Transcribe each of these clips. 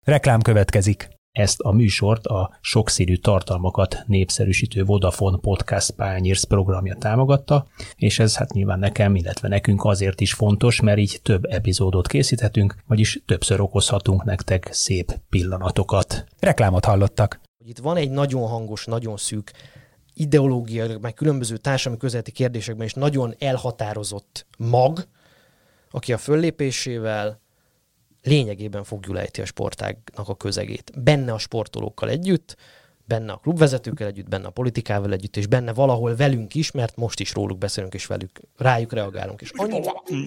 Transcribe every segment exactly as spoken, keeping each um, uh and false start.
Reklám következik. Ezt a műsort a sokszínű tartalmakat népszerűsítő Vodafone Podcast Pioneers programja támogatta, és ez hát nyilván nekem, illetve nekünk azért is fontos, mert így több epizódot készíthetünk, vagyis többször okozhatunk nektek szép pillanatokat. Reklámot hallottak. Itt van egy nagyon hangos, nagyon szűk ideológiai, meg különböző társadalmi közéleti kérdésekben is nagyon elhatározott mag, aki a föllépésével lényegében fogjulejti a sportágnak a közegét. Benne a sportolókkal együtt, benne a klubvezetőkkel együtt, benne a politikával együtt, és benne valahol velünk is, mert most is róluk beszélünk, és velük rájuk reagálunk. És annyi...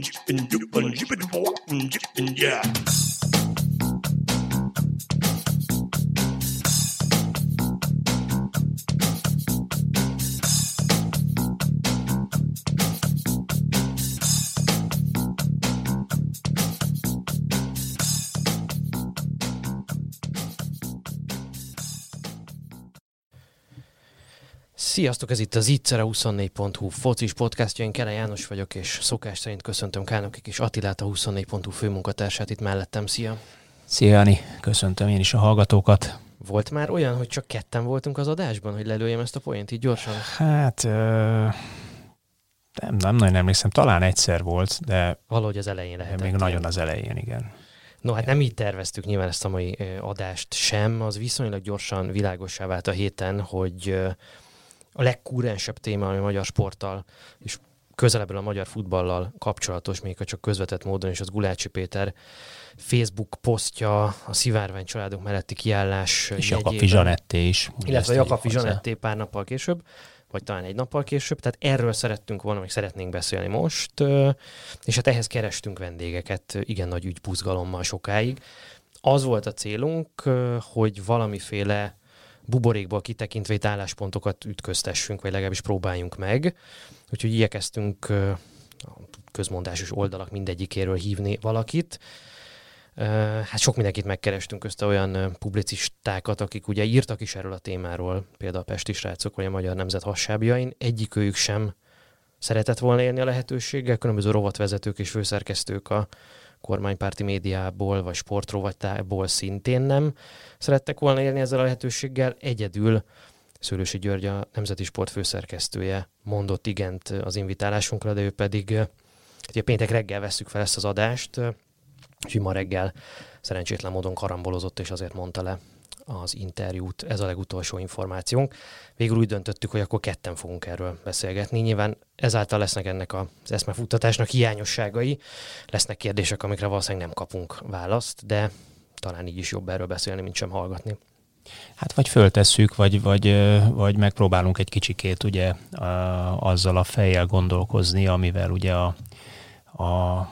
Sziasztok, ez itt az Ittszer huszonnégy pont hu focis podcastja, én Kele János vagyok, és szokás szerint köszöntöm Kálnokik és Attilát, a huszonnégy pont hu főmunkatársát itt mellettem. Szia! Szia, Jani! Köszöntöm én is a hallgatókat. Volt már olyan, hogy csak ketten voltunk az adásban, hogy lelőjem ezt a poént így gyorsan? Hát ö... nem, nem nagyon emlékszem, talán egyszer volt, de valahogy az elején lehetett. Még nagyon az elején, igen. No, hát nem így terveztük nyilván ezt a mai adást sem, az viszonylag gyorsan világossá vált a héten, hogy a legkúrensebb téma, ami a magyar sporttal és közelebbről a magyar futballal kapcsolatos, még ha csak közvetett módon, és az Gulácsi Péter Facebook posztja, a Szivárvány családok melletti kiállás és Jakab Zsanetté is. Illetve Jakab Zsanetté pár nappal később, vagy talán egy nappal később, tehát erről szerettünk volna, meg szeretnénk beszélni most, és hát ehhez kerestünk vendégeket igen nagy ügybuzgalommal sokáig. Az volt a célunk, hogy valamiféle buborékból kitekintve itt álláspontokat ütköztessünk, vagy legalábbis próbáljunk meg. Úgyhogy igyekeztünk a közmondásos oldalak mindegyikéről hívni valakit. Hát sok mindenkit megkerestünk közte, olyan publicistákat, akik ugye írtak is erről a témáról, például a Pesti Srácok, vagy a Magyar Nemzet hassábjain. Egyikőjük sem szeretett volna élni a lehetőséggel, különböző rovatvezetők és főszerkesztők a kormánypárti médiából, vagy sportrovatából szintén nem szerettek volna élni ezzel a lehetőséggel. Egyedül Szőlősi György, a Nemzeti Sport főszerkesztője mondott igent az invitálásunkra, de ő pedig, ugye péntek reggel vesszük fel ezt az adást, úgyhogy ma reggel szerencsétlen módon karambolozott, és azért mondta le az interjút. Ez a legutolsó információnk. Végül úgy döntöttük, hogy akkor ketten fogunk erről beszélgetni. Nyilván ezáltal lesznek ennek az eszmefuttatásnak hiányosságai, lesznek kérdések, amikre valószínűleg nem kapunk választ, de talán így is jobb erről beszélni, mint sem hallgatni. Hát vagy föltesszük, vagy, vagy, vagy megpróbálunk egy kicsikét ugye azzal a fejjel gondolkozni, amivel ugye a, a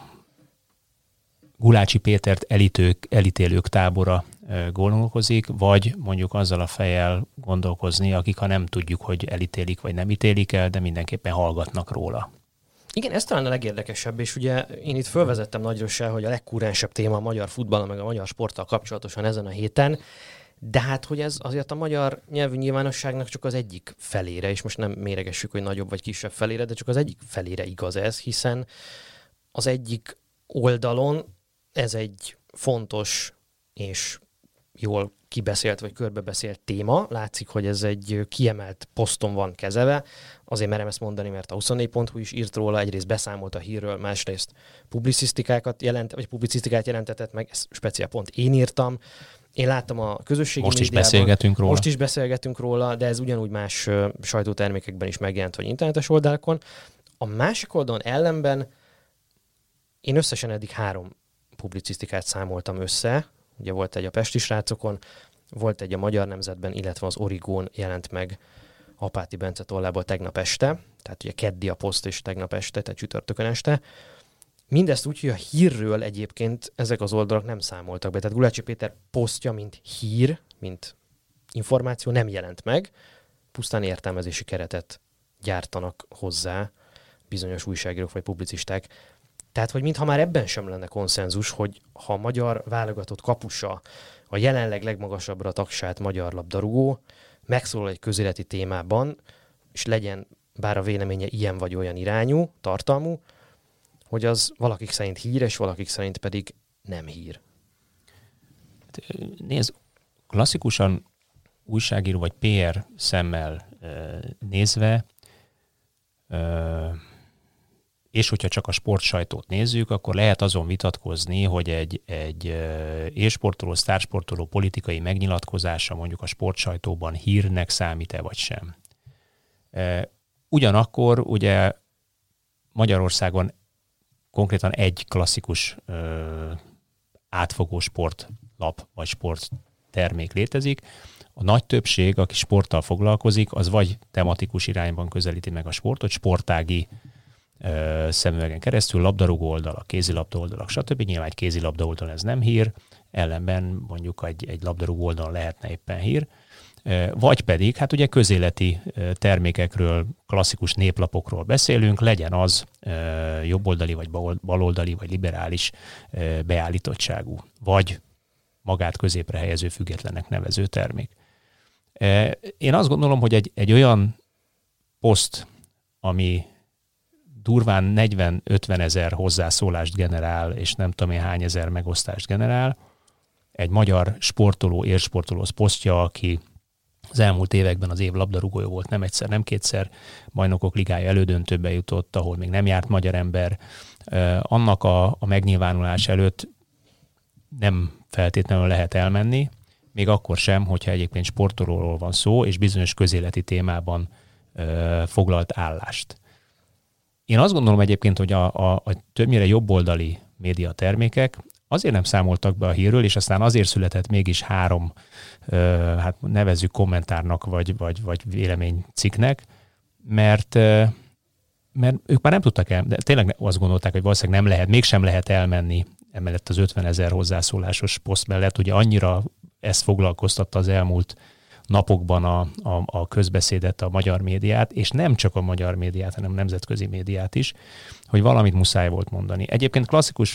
Gulácsi Pétert elítők, elítélők tábora gondolkozik, vagy mondjuk azzal a fejjel gondolkozni, akik ha nem tudjuk, hogy elítélik vagy nem ítélik el, de mindenképpen hallgatnak róla. Igen, ez talán a legérdekesebb, és ugye én itt fölvezettem nagyossá, hogy a legkúrensebb téma a magyar futball, meg a magyar sporttal kapcsolatosan ezen a héten, de hát, hogy ez azért a magyar nyelvű nyilvánosságnak csak az egyik felére, és most nem méregessük, hogy nagyobb vagy kisebb felére, de csak az egyik felére igaz ez, hiszen az egyik oldalon ez egy fontos és jól kibeszélt vagy körbebeszélt téma. Látszik, hogy ez egy kiemelt poszton van kezelve. Azért merem ezt mondani, mert a huszonnégy pont hu is írt róla, egyrészt beszámolt a hírről, másrészt publicisztikákat jelent, vagy publicisztikát jelentetett meg, ezt speciál pont én írtam. Én láttam a közösségi Most médiában. is beszélgetünk róla. Most is beszélgetünk róla, de ez ugyanúgy más uh, sajtótermékekben is megjelent, vagy internetes oldalakon. A másik oldalon ellenben én összesen eddig három publicisztikát számoltam össze. Ugye volt egy a Pesti Srácokon, volt egy a Magyar Nemzetben, illetve az Origón jelent meg Apáti Bence tollából tegnap este, tehát ugye keddi a poszt és tegnap este, tehát csütörtökön este. Mindezt úgy, hogy a hírről egyébként ezek az oldalak nem számoltak be. Tehát Gulácsi Péter posztja, mint hír, mint információ nem jelent meg, pusztán értelmezési keretet gyártanak hozzá bizonyos újságírók vagy publicisták. Tehát, hogy mintha már ebben sem lenne konszenzus, hogy ha a magyar válogatott kapusa, a jelenleg legmagasabbra tagsált magyar labdarúgó megszólal egy közéleti témában, és legyen bár a véleménye ilyen vagy olyan irányú, tartalmú, hogy az valakik szerint hír, és valakik szerint pedig nem hír. nézd, klasszikusan újságíró vagy pé er szemmel nézve, és hogyha csak a sportsajtót nézzük, akkor lehet azon vitatkozni, hogy egy, egy élsportoló, sztársportoló politikai megnyilatkozása mondjuk a sportsajtóban hírnek számít-e vagy sem. Ugyanakkor ugye Magyarországon konkrétan egy klasszikus átfogó sportlap vagy sporttermék létezik. A nagy többség, aki sporttal foglalkozik, az vagy tematikus irányban közelíti meg a sportot, sportági ö, szemüvegen keresztül, labdarúgó oldalak, kézilabda oldalak, stb. Nyilván egy kézilabda oldalon ez nem hír, ellenben mondjuk egy, egy labdarúgó oldalon lehetne éppen hír. Vagy pedig, hát ugye közéleti termékekről, klasszikus néplapokról beszélünk, legyen az jobboldali, vagy baloldali, vagy liberális beállítottságú, vagy magát középre helyező függetlenek nevező termék. Én azt gondolom, hogy egy, egy olyan poszt, ami durván negyven-ötven ezer hozzászólást generál, és nem tudom én hány ezer megosztást generál, egy magyar sportoló, élsportoló posztja, aki az elmúlt években az év labdarúgója volt, nem egyszer, nem kétszer, Bajnokok Ligája elődöntőbe jutott, ahol még nem járt magyar ember. Annak a, a megnyilvánulás előtt nem feltétlenül lehet elmenni, még akkor sem, hogyha egyébként sportolóról van szó, és bizonyos közéleti témában ö, foglalt állást. Én azt gondolom egyébként, hogy a, a, a többnyire jobboldali médiatermékek azért nem számoltak be a hírről, és aztán azért született mégis három, ö, hát nevezzük kommentárnak, vagy, vagy, vagy véleménycikknek, mert, ö, mert ők már nem tudtak el, de tényleg azt gondolták, hogy valószínűleg nem lehet, mégsem lehet elmenni emellett az ötven ezer hozzászólásos poszt mellett, ugye annyira ezt foglalkoztatta az elmúlt napokban a, a, a közbeszédet, a magyar médiát, és nem csak a magyar médiát, hanem nemzetközi médiát is, hogy valamit muszáj volt mondani. Egyébként klasszikus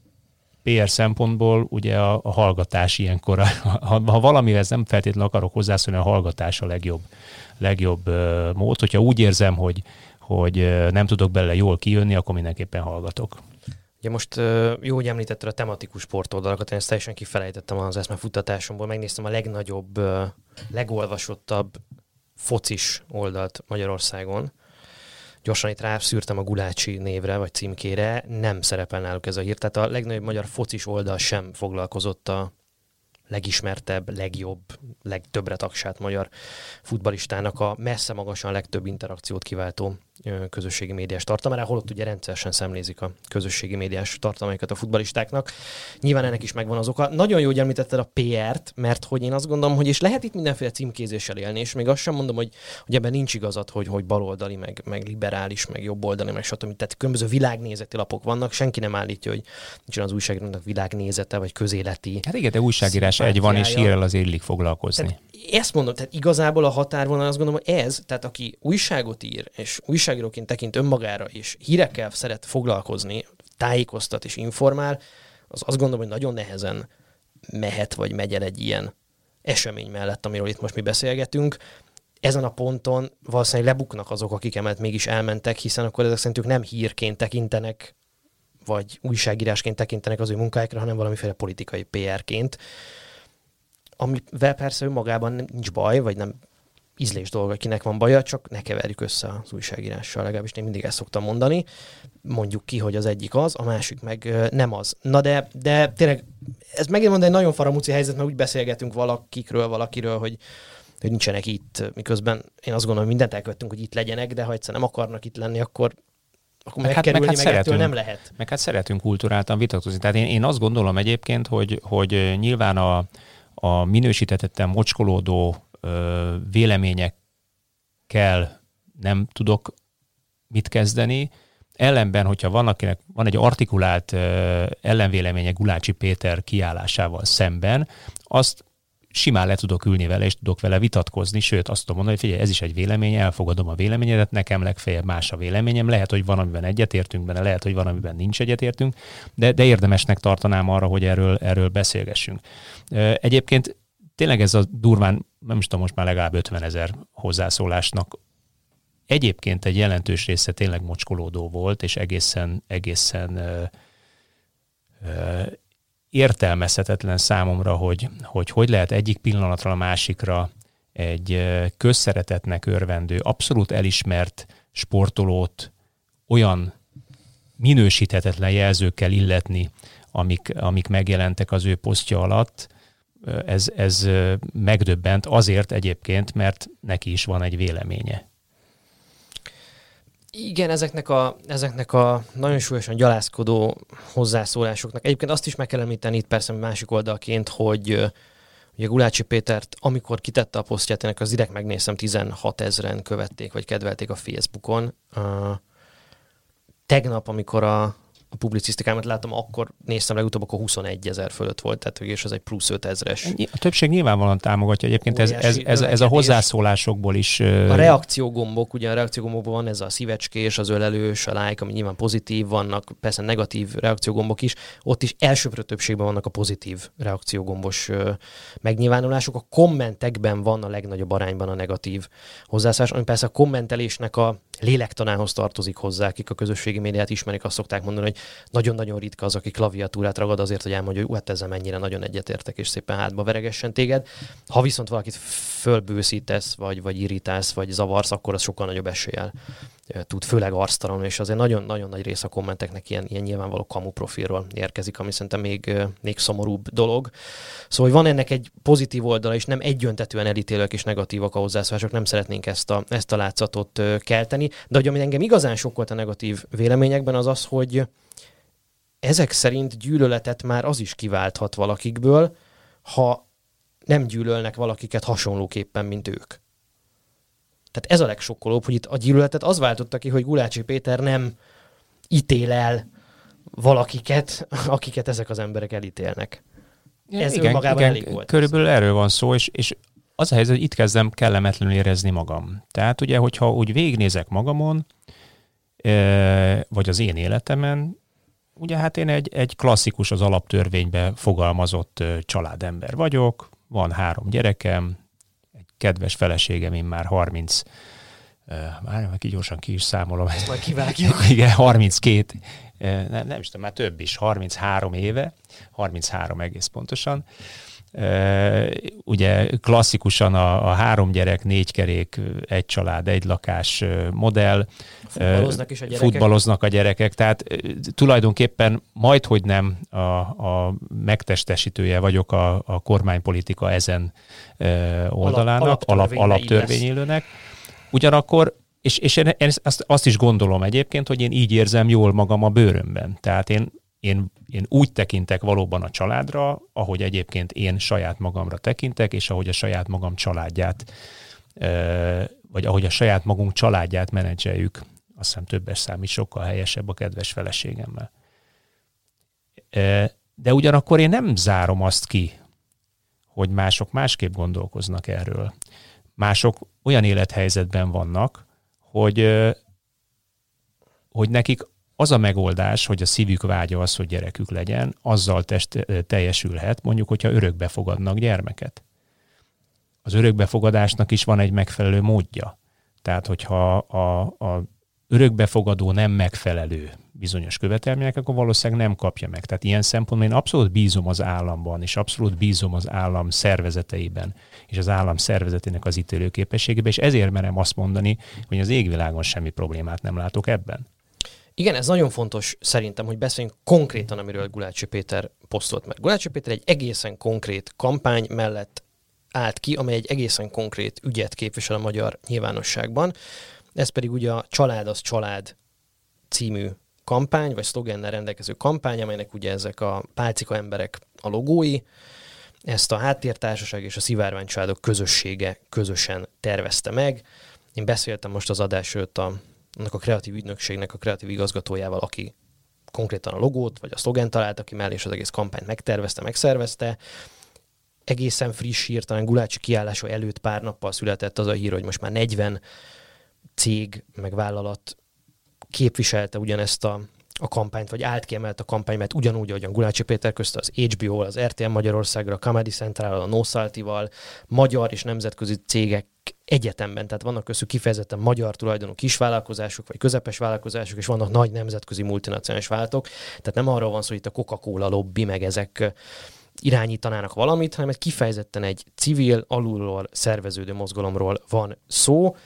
pé er szempontból ugye a, a hallgatás ilyenkor, ha, ha valamihez nem feltétlenül akarok hozzászólni, a hallgatás a legjobb, legjobb uh, mód. Hogyha úgy érzem, hogy, hogy uh, nem tudok belőle jól kijönni, akkor mindenképpen hallgatok. Ugye most jó, hogy említetted a tematikus sportoldalakat, én ezt teljesen kifelejtettem az eszmefuttatásomból, megnéztem a legnagyobb, legolvasottabb focis oldalt Magyarországon. Gyorsan itt rászűrtem a Gulácsi névre, vagy címkére, nem szerepel náluk ez a hír. Tehát a legnagyobb magyar focis oldal sem foglalkozott a legismertebb, legjobb, legtöbbre tagsált magyar futballistának a messze magasan legtöbb interakciót kiváltó közösségi médiás tartalmára, holott ugye rendszeresen szemlézik a közösségi médiás tartalmaikat a futballistáknak. Nyilván ennek is megvan az oka. Nagyon jó, hogy említetted a pé er-t, mert hogy én azt gondolom, hogy és lehet itt mindenféle címkézéssel élni, és még azt sem mondom, hogy, hogy ebben nincs igazad, hogy, hogy baloldali, meg, meg liberális, meg jobboldali, meg stb. Tehát különböző világnézeti lapok vannak, senki nem állítja, hogy nincsen az újságírónak világnézete, vagy közéleti. Hát igen, de újságírás egy van, és hírrel azért illik foglalkozni. Tehát ezt mondom, tehát igazából a határvonal azt gondolom, hogy ez, tehát aki újságot ír, és újságíróként tekint önmagára, és hírekkel szeret foglalkozni, tájékoztat és informál, az azt gondolom, hogy nagyon nehezen mehet, vagy megy el egy ilyen esemény mellett, amiről itt most mi beszélgetünk. Ezen a ponton valószínűleg lebuknak azok, akik emellett mégis elmentek, hiszen akkor ezek szerint ők nem hírként tekintenek, vagy újságírásként tekintenek az ő munkáikra, hanem valamiféle politikai pé er-ként, amivel persze önmagában nincs baj, vagy nem ízlés dolga, kinek van baja, csak ne keverjük össze az újságírással, legalábbis én mindig ezt szoktam mondani. Mondjuk ki, hogy az egyik az, a másik meg nem az. Na de, de tényleg, ez megint mondani egy nagyon faramúci helyzet, mert úgy beszélgetünk valakikről, valakiről, hogy, hogy nincsenek itt, miközben én azt gondolom, hogy mindent elkövettünk, hogy itt legyenek, de ha egyszer nem akarnak itt lenni, akkor akkor meg megkerülni, hát, meg, meg ettől nem lehet. Meg hát szeretünk kulturáltan vitatkozni. Tehát én, én azt gondolom egyébként, hogy, hogy nyilván a, a minősítetetten mocskolódó ö, véleményekkel nem tudok mit kezdeni. Ellenben, hogyha van, akinek van egy artikulált ö, ellenvéleménye Gulácsi Péter kiállásával szemben, azt simán le tudok ülni vele, és tudok vele vitatkozni, sőt azt tudom mondani, hogy figyelj, ez is egy vélemény, elfogadom a véleményedet, nekem legfeljebb más a véleményem, lehet, hogy van, amiben egyetértünk benne, lehet, hogy van, amiben nincs egyetértünk, de, de érdemesnek tartanám arra, hogy erről, erről beszélgessünk. Egyébként tényleg ez a durván, nem is tudom, most már legalább ötven ezer hozzászólásnak egyébként egy jelentős része tényleg mocskolódó volt, és egészen, egészen ö, ö, értelmezhetetlen számomra, hogy, hogy hogy lehet egyik pillanatra a másikra egy közszeretetnek örvendő, abszolút elismert sportolót olyan minősíthetetlen jelzőkkel illetni, amik, amik megjelentek az ő posztja alatt. Ez, ez megdöbbent azért egyébként, mert neki is van egy véleménye. Igen, ezeknek a, ezeknek a nagyon súlyosan gyalázkodó hozzászólásoknak. Egyébként azt is meg kell említeni itt persze másik oldalként, hogy ugye Gulácsi Pétert, amikor kitette a posztját, ennek az direkt megnéztem, tizenhat ezren követték, vagy kedvelték a Facebookon. Uh, tegnap, amikor a a publicisztikámat láttam, akkor néztem legutóbb, akkor huszonegy ezer fölött volt, tehát és ez egy plusz öt ezres. A többség nyilvánvalóan támogatja egyébként, ez, ez, ez, ez a hozzászólásokból is... A reakciógombok, ugye a reakciógombokban van ez a szívecskés, az ölelős, a like, ami nyilván pozitív, vannak persze negatív reakciógombok is, ott is elsőprő többségben vannak a pozitív reakciógombos megnyilvánulások, a kommentekben van a legnagyobb arányban a negatív hozzászólás, ami persze a kommentelésnek a lélektanához tartozik hozzá, akik a közösségi médiát ismerik, azt szokták mondani, hogy nagyon-nagyon ritka az, aki klaviatúrát ragad azért, hogy elmondja, hogy hát ezzel mennyire nagyon egyetértek, és szépen hátba veregessen téged. Ha viszont valakit fölbőszítesz, vagy, vagy irritálsz, vagy zavarsz, akkor az sokkal nagyobb eséllyel tud, főleg arctalanul, és azért nagyon-nagyon nagy rész a kommenteknek ilyen, ilyen nyilvánvaló kamu profilról érkezik, ami szerintem még, még szomorúbb dolog. Szóval van ennek egy pozitív oldala, és nem egyöntetően elítélők és negatívak a hozzászólások, nem szeretnénk ezt a, ezt a látszatot kelteni, de hogy ami engem igazán sokkolt a negatív véleményekben, az az, hogy ezek szerint gyűlöletet már az is kiválthat valakikből, ha nem gyűlölnek valakiket hasonlóképpen, mint ők. Tehát ez a legsokkolóbb, hogy itt a gyűlöletet az váltotta ki, hogy Gulácsi Péter nem ítél el valakiket, akiket ezek az emberek elítélnek. Ez igen, önmagában igen, elég volt. Körülbelül erről van szó, és, és az a helyzet, hogy itt kezdem kellemetlenül érezni magam. Tehát ugye, hogyha úgy végignézek magamon, vagy az én életemen, ugye hát én egy, egy klasszikus, az alaptörvénybe fogalmazott családember vagyok, van három gyerekem, egy kedves feleségem, én már harminc, már ki gyorsan ki is számolom. Ezt majd kivágjuk. Igen, harminckét, nem, nem is tudom, már több is, harminchárom éve, harminchárom egész pontosan. Uh, ugye klasszikusan a, a három gyerek, négy kerék, egy család, egy lakás uh, modell. Futballoznak is a gyerekek. Futballoznak a gyerekek, tehát uh, tulajdonképpen majdhogy nem a, a megtestesítője vagyok a, a kormánypolitika ezen uh, oldalának, alap, alaptörvényélőnek. Ugyanakkor, és, és én, én azt, azt is gondolom egyébként, hogy én így érzem jól magam a bőrömben. Tehát én Én, én úgy tekintek valóban a családra, ahogy egyébként én saját magamra tekintek, és ahogy a saját magam családját, vagy ahogy a saját magunk családját menedzseljük, azt hiszem többes szám is sokkal helyesebb a kedves feleségemmel. De ugyanakkor én nem zárom azt ki, hogy mások másképp gondolkoznak erről. Mások olyan élethelyzetben vannak, hogy, hogy nekik az a megoldás, hogy a szívük vágya az, hogy gyerekük legyen, azzal test, teljesülhet, mondjuk, hogyha örökbe fogadnak gyermeket. Az örökbefogadásnak is van egy megfelelő módja. Tehát, hogyha a, a örökbefogadó nem megfelelő bizonyos követelmények, akkor valószínűleg nem kapja meg. Tehát ilyen szempontból én abszolút bízom az államban, és abszolút bízom az állam szervezeteiben, és az állam szervezetének az ítélőképességében, és ezért merem azt mondani, hogy az égvilágon semmi problémát nem látok ebben. Igen, ez nagyon fontos szerintem, hogy beszéljünk konkrétan, amiről Gulácsi Péter posztolt meg. Gulácsi Péter egy egészen konkrét kampány mellett állt ki, amely egy egészen konkrét ügyet képvisel a magyar nyilvánosságban. Ez pedig ugye a Család az család című kampány, vagy szlogennel rendelkező kampány, amelynek ugye ezek a pálcika emberek a logói. Ezt a Háttértársaság és a Szivárvány Családok Közössége közösen tervezte meg. Én beszéltem most az adás előtt a annak a kreatív ügynökségnek a kreatív igazgatójával, aki konkrétan a logót, vagy a szlogent találta ki mellé, és az egész kampányt megtervezte, megszervezte. Egészen friss hír, talán Gulácsi kiállása előtt pár nappal született az a hír, hogy most már negyven cég, meg vállalat képviselte ugyanezt a a kampányt, vagy átkiemelt a kampány, mert ugyanúgy, ahogyan Gulácsi Péter közte az há bé ó-val, az er té em Magyarországra, a Comedy Central-al, a Nószaltival, magyar és nemzetközi cégek egyetemben, tehát vannak köztük kifejezetten magyar tulajdonú kisvállalkozások, vagy közepes vállalkozások, és vannak nagy nemzetközi multinacionális vállalatok. Tehát nem arról van szó, hogy itt a Coca-Cola lobby, meg ezek irányítanának valamit, hanem egy kifejezetten egy civil, alulról szerveződő mozgalomról van szó.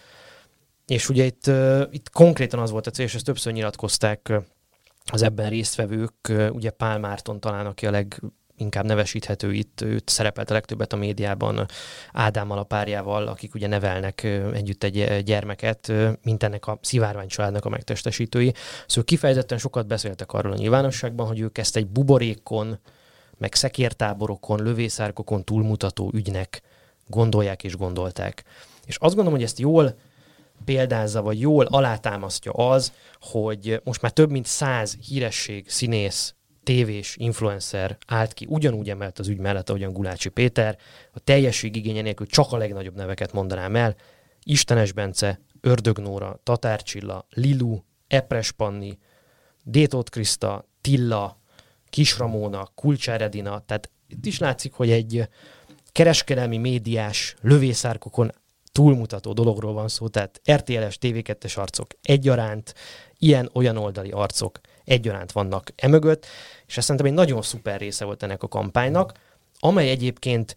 És ugye itt, uh, itt konkrétan az volt a cél, és ezt többször nyilatkozták uh, az ebben résztvevők, uh, ugye Pál Márton talán, aki a leginkább nevesíthető itt, őt szerepelt a legtöbbet a médiában Ádámmal, a párjával, akik ugye nevelnek uh, együtt egy gyermeket, uh, mint ennek a szivárvány családnak a megtestesítői. Szóval kifejezetten sokat beszéltek arról a nyilvánosságban, hogy ők ezt egy buborékon, meg szekértáborokon, lövészárkokon túlmutató ügynek gondolják és gondolták. És azt gondolom, hogy ezt jól példázza, vagy jól alátámasztja az, hogy most már több mint száz híresség, színész, tévés, influencer állt ki, ugyanúgy emelt az ügy mellett, ahogyan Gulácsi Péter, a teljesség igénye nélkül csak a legnagyobb neveket mondanám el, Istenes Bence, Ördög Nóra, Tatár Csilla, Lilu, Epres Panni, Détóth Kriszta, Tilla, Kis Ramóna, Kulcsár Edina, tehát itt is látszik, hogy egy kereskedelmi médiás lövészárkokon túlmutató dologról van szó, tehát er té el-es, té vé kettes arcok egyaránt, ilyen-olyan oldali arcok egyaránt vannak emögött, és ezt szerintem egy nagyon szuper része volt ennek a kampánynak, amely egyébként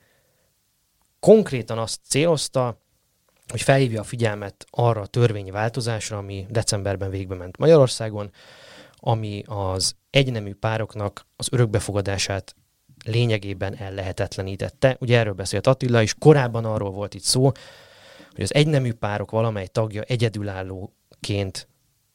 konkrétan azt célozta, hogy felhívja a figyelmet arra a törvényi változásra, ami decemberben végbe ment Magyarországon, ami az egynemű pároknak az örökbefogadását lényegében ellehetetlenítette. Ugye erről beszélt Attila is, korábban arról volt itt szó, hogy az egynemű párok valamely tagja egyedülállóként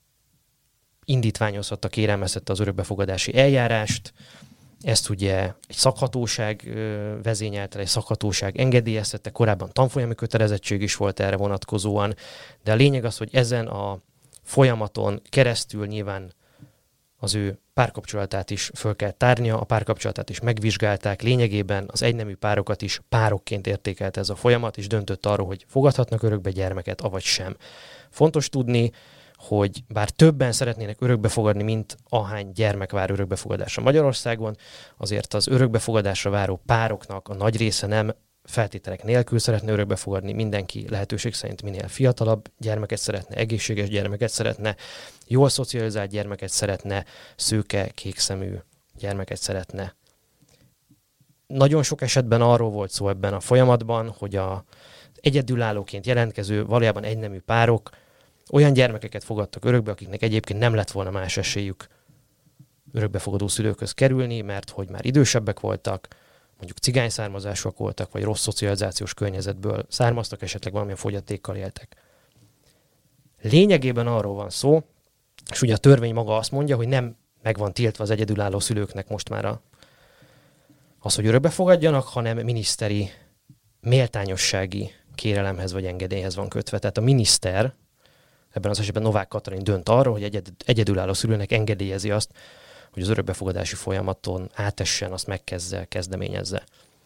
indítványozhatta, kérelmezhette az örökbefogadási eljárást. Ezt ugye egy szakhatóság vezényelte, egy szakhatóság engedélyeztette, korábban tanfolyami kötelezettség is volt erre vonatkozóan, de a lényeg az, hogy ezen a folyamaton keresztül nyilván az ő párkapcsolatát is föl kell tárnia, a párkapcsolatát is megvizsgálták, lényegében az egynemű párokat is párokként értékelte ez a folyamat, és döntött arról, hogy fogadhatnak örökbe gyermeket, avagy sem. Fontos tudni, hogy bár többen szeretnének örökbefogadni, mint ahány gyermek vár örökbefogadásra Magyarországon, azért az örökbefogadásra váró pároknak a nagy része nem feltételek nélkül szeretne örökbefogadni, mindenki lehetőség szerint minél fiatalabb gyermeket szeretne, egészséges gyermeket szeretne, jól szocializált gyermeket szeretne, szőke, kékszemű gyermeket szeretne. Nagyon sok esetben arról volt szó ebben a folyamatban, hogy az egyedülállóként jelentkező, valójában egynemű párok olyan gyermekeket fogadtak örökbe, akiknek egyébként nem lett volna más esélyük örökbefogadó szülőkhöz kerülni, mert hogy már idősebbek voltak, mondjuk cigány származásúak voltak, vagy rossz szocializációs környezetből származtak, esetleg valamilyen fogyatékkal éltek. Lényegében arról van szó, és ugye a törvény maga azt mondja, hogy nem meg van tiltva az egyedülálló szülőknek most már a, az, hogy örökbe fogadjanak, hanem miniszteri méltányossági kérelemhez vagy engedélyhez van kötve. Tehát a miniszter, ebben az esetben Novák Katalin dönt arról, hogy egyed, egyedülálló szülőnek engedélyezi azt, hogy az örökbefogadási folyamaton átessen, azt megkezdze, kezdeményezze.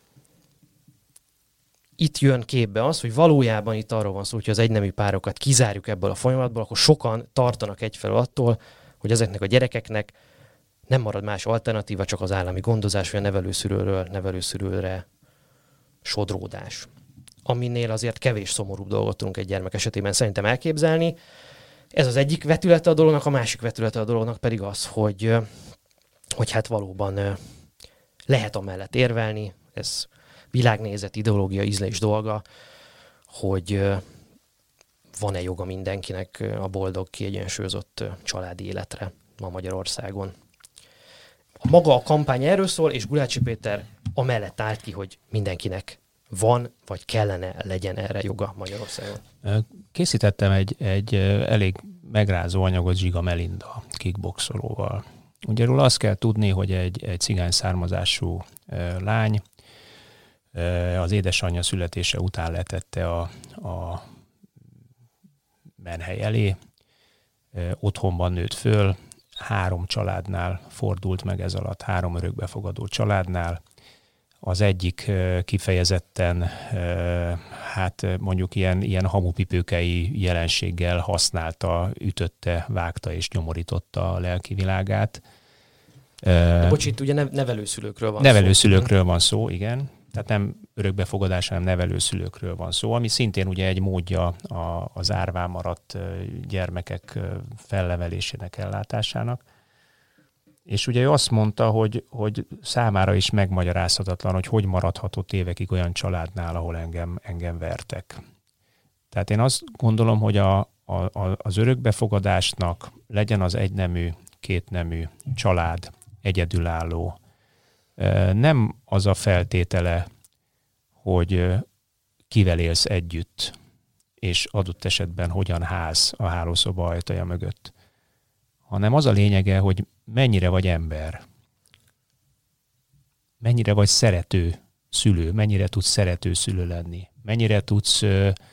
Itt jön képbe az, hogy valójában itt arról van szó, hogy az egynemű párokat kizárjuk ebből a folyamatból, akkor sokan tartanak egyfelől attól, hogy ezeknek a gyerekeknek nem marad más alternatíva, csak az állami gondozás, vagy a nevelőszülőről nevelőszülőre sodródás. Aminél azért kevés szomorúbb dolgot tudunk egy gyermek esetében szerintem elképzelni. Ez az egyik vetülete a dolognak, a másik vetülete a dolognak pedig az, hogy, hogy hát valóban lehet amellett érvelni, ez világnézet, ideológia, ízlés dolga, hogy van-e joga mindenkinek a boldog, kiegyensúlyozott családi életre ma Magyarországon. A maga a kampány erről szól, és Gulácsi Péter amellett állt ki, hogy mindenkinek van, vagy kellene legyen erre joga Magyarországon. Készítettem egy, egy elég megrázó anyagot Zsiga Melinda kickboxolóval. Ugye róla azt kell tudni, hogy egy, egy cigány származású lány az édesanyja születése után letette a, a menhely elé, otthonban nőtt föl, három családnál fordult meg ez alatt, három örökbefogadó családnál. Az egyik kifejezetten hát mondjuk ilyen, ilyen hamupipőkei jelenséggel használta, ütötte, vágta és nyomorította a lelki világát. De bocs, itt ugye nevelőszülőkről van nevelőszülőkről szó. van szó, igen. Tehát nem örökbefogadás, hanem nevelőszülőkről van szó, ami szintén ugye egy módja a, az árván maradt gyermekek fellevelésének, ellátásának. És ugye ő azt mondta, hogy, hogy számára is megmagyarázhatatlan, hogy hogy maradhatott évekig olyan családnál, ahol engem, engem vertek. Tehát én azt gondolom, hogy a, a, az örökbefogadásnak legyen az egynemű, kétnemű család, egyedülálló. Nem az a feltétele, hogy kivel élsz együtt, és adott esetben hogyan ház a hálószoba ajtaja mögött, hanem az a lényege, hogy mennyire vagy ember, mennyire vagy szerető szülő, mennyire tudsz szerető szülő lenni, mennyire tudsz